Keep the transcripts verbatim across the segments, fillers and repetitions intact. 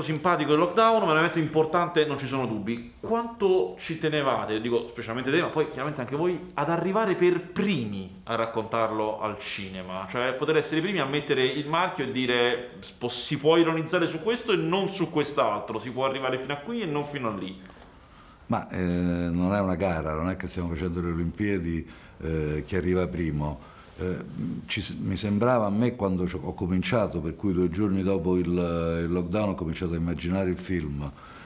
elemento simpatico del lockdown, un elemento importante, non ci sono dubbi. Quanto ci tenevate, dico specialmente te, ma poi chiaramente anche voi, ad arrivare per primi a raccontarlo al cinema? Cioè poter essere i primi a mettere il marchio e dire si può ironizzare su questo e non su quest'altro, si può arrivare fino a qui e non fino a lì. Ma eh, non è una gara, non è che stiamo facendo le Olimpiadi, eh, chi arriva primo. Eh, ci, mi sembrava a me, quando ho cominciato, per cui due giorni dopo il, il lockdown ho cominciato a immaginare il film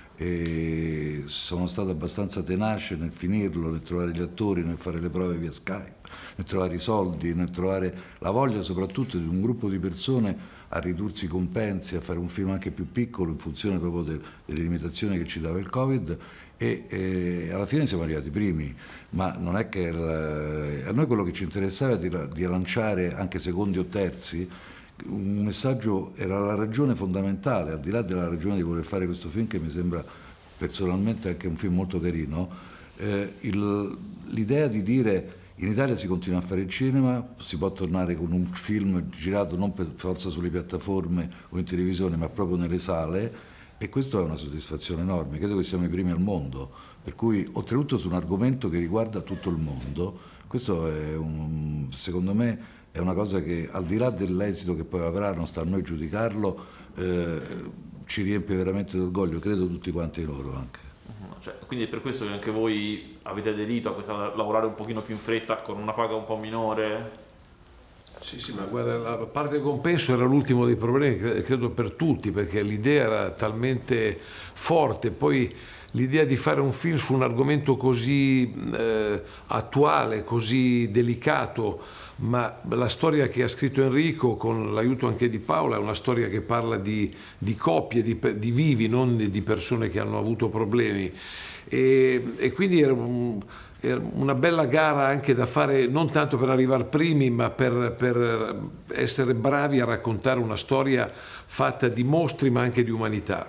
e sono stato abbastanza tenace nel finirlo, nel trovare gli attori, nel fare le prove via Skype, nel trovare i soldi, nel trovare la voglia soprattutto di un gruppo di persone a ridursi i compensi, a fare un film anche più piccolo in funzione proprio de, delle limitazioni che ci dava il Covid. E, e alla fine siamo arrivati primi, ma non è che il, a noi quello che ci interessava è di, di lanciare anche secondi o terzi un messaggio, era la ragione fondamentale, al di là della ragione di voler fare questo film, che mi sembra personalmente anche un film molto carino, eh, il, l'idea di dire in Italia si continua a fare il cinema, si può tornare con un film girato non per forza sulle piattaforme o in televisione, ma proprio nelle sale. E questo è una soddisfazione enorme, credo che siamo i primi al mondo, per cui oltretutto su un argomento che riguarda tutto il mondo, questo è un, secondo me è una cosa che al di là dell'esito che poi avrà, non sta a noi giudicarlo, eh, ci riempie veramente d'orgoglio, credo tutti quanti loro anche. Cioè, quindi è per questo che anche voi avete aderito a questa, lavorare un pochino più in fretta con una paga un po' minore? Sì, sì, ma guarda, la parte del compenso era l'ultimo dei problemi, credo per tutti, perché l'idea era talmente forte, poi l'idea di fare un film su un argomento così eh, attuale, così delicato, ma la storia che ha scritto Enrico, con l'aiuto anche di Paola, è una storia che parla di, di coppie, di, di vivi, non di persone che hanno avuto problemi. E, e quindi era un... una bella gara anche da fare, non tanto per arrivare primi, ma per, per essere bravi a raccontare una storia fatta di mostri ma anche di umanità.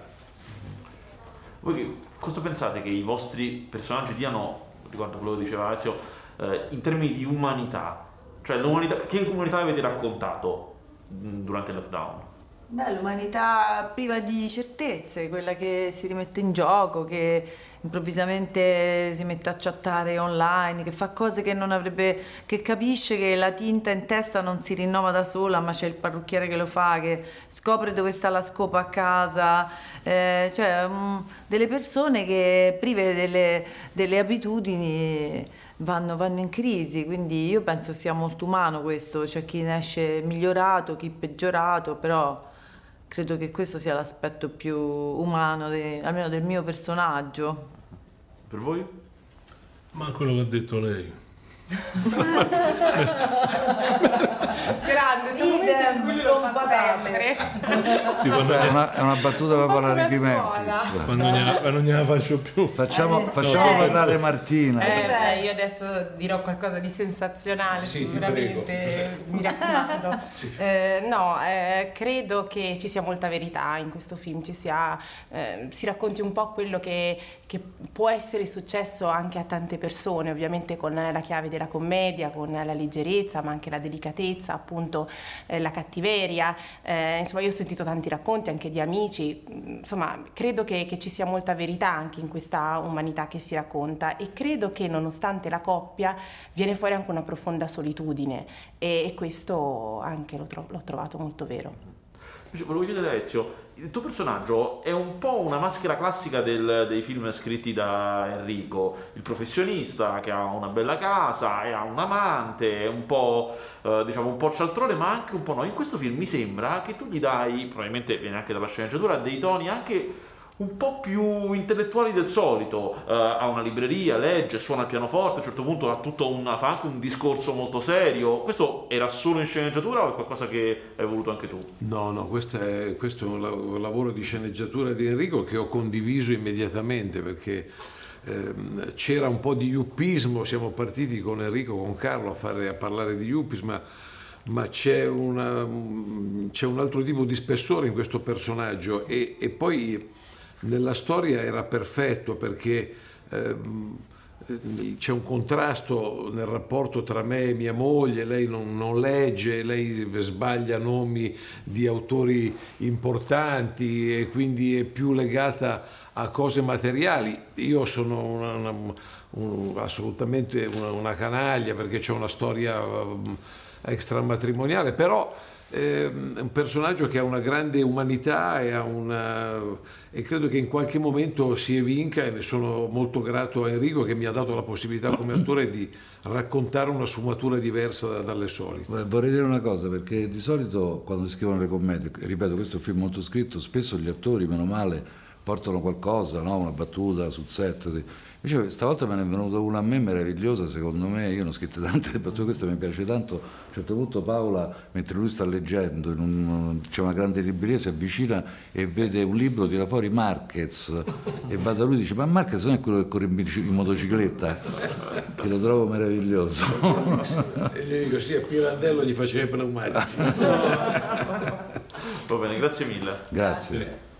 Voi cosa pensate che i vostri personaggi diano, riguardo quello che diceva Alessio, eh, in termini di umanità? Cioè l'umanità, che umanità avete raccontato durante il lockdown? Beh, l'umanità priva di certezze, quella che si rimette in gioco, che improvvisamente si mette a chattare online, che fa cose che non avrebbe, che capisce che la tinta in testa non si rinnova da sola, ma c'è il parrucchiere che lo fa, che scopre dove sta la scopa a casa, eh, cioè um, delle persone che prive delle, delle abitudini vanno, vanno in crisi, quindi io penso sia molto umano questo, c'è chi ne esce migliorato, chi peggiorato, però credo che questo sia l'aspetto più umano, de, almeno del mio personaggio. Per voi? Ma quello che ha detto lei. Grande, idem, non sempre. Sì, quando è, una, è una battuta proprio alla Ricky Memphis. Quando non gliela, non gliela faccio più. Facciamo, facciamo no, parlare eh, Martina. Eh, beh, io adesso dirò qualcosa di sensazionale, sì, sicuramente, mi raccomando. Sì. Eh, no, eh, credo che ci sia molta verità in questo film, ci sia, eh, si racconti un po' quello che, che può essere successo anche a tante persone, ovviamente con la chiave della commedia, con la leggerezza, ma anche la delicatezza, appunto eh, la cattiveria. Eh, insomma, io ho sentito tanti racconti anche di amici, insomma, credo che, che ci sia molta verità anche in questa umanità che si racconta, e credo che nonostante la coppia viene fuori anche una profonda solitudine, e, e questo anche l'ho, tro- l'ho trovato molto vero. Volevo chiedere a Ezio, il tuo personaggio è un po' una maschera classica del, dei film scritti da Enrico, il professionista che ha una bella casa e ha un amante, è un po' eh, diciamo un po' cialtrone, ma anche un po' no. In questo film mi sembra che tu gli dai, probabilmente viene anche dalla sceneggiatura, dei toni anche un po' più intellettuali del solito. Uh, ha una libreria, legge, suona il pianoforte, a un certo punto ha tutto una, fa anche un discorso molto serio. Questo era solo in sceneggiatura o è qualcosa che hai voluto anche tu? No, no, questo è, questo è un lavoro di sceneggiatura di Enrico che ho condiviso immediatamente, perché ehm, c'era un po' di yuppismo. Siamo partiti con Enrico, con Carlo a, fare, a parlare di yuppis, ma ma c'è, una, c'è un altro tipo di spessore in questo personaggio, e, e poi nella storia era perfetto, perché ehm, c'è un contrasto nel rapporto tra me e mia moglie, lei non, non legge, lei sbaglia nomi di autori importanti e quindi è più legata a cose materiali. Io sono una, una, un, assolutamente una, una canaglia perché c'è una storia extramatrimoniale, però è un personaggio che ha una grande umanità e, ha una, e credo che in qualche momento si evinca, e ne sono molto grato a Enrico che mi ha dato la possibilità come attore di raccontare una sfumatura diversa da, dalle solite. Vorrei dire una cosa, perché di solito quando si scrivono le commedie, ripeto, questo è un film molto scritto, spesso gli attori, meno male, portano qualcosa, no? Una battuta sul set. Invece stavolta me ne è venuta una a me meravigliosa, secondo me. Io ne ho scritte tante battute, questa mi piace tanto. A un certo punto Paola, mentre lui sta leggendo, in un, c'è una grande libreria, si avvicina e vede un libro, tira fuori Marquez e va da lui e dice: ma Marquez non è quello che corre in, bici, in motocicletta? Che lo trovo meraviglioso. E gli dico: sì, a Pirandello gli faceva i pneumatici. Va bene, grazie mille. Grazie.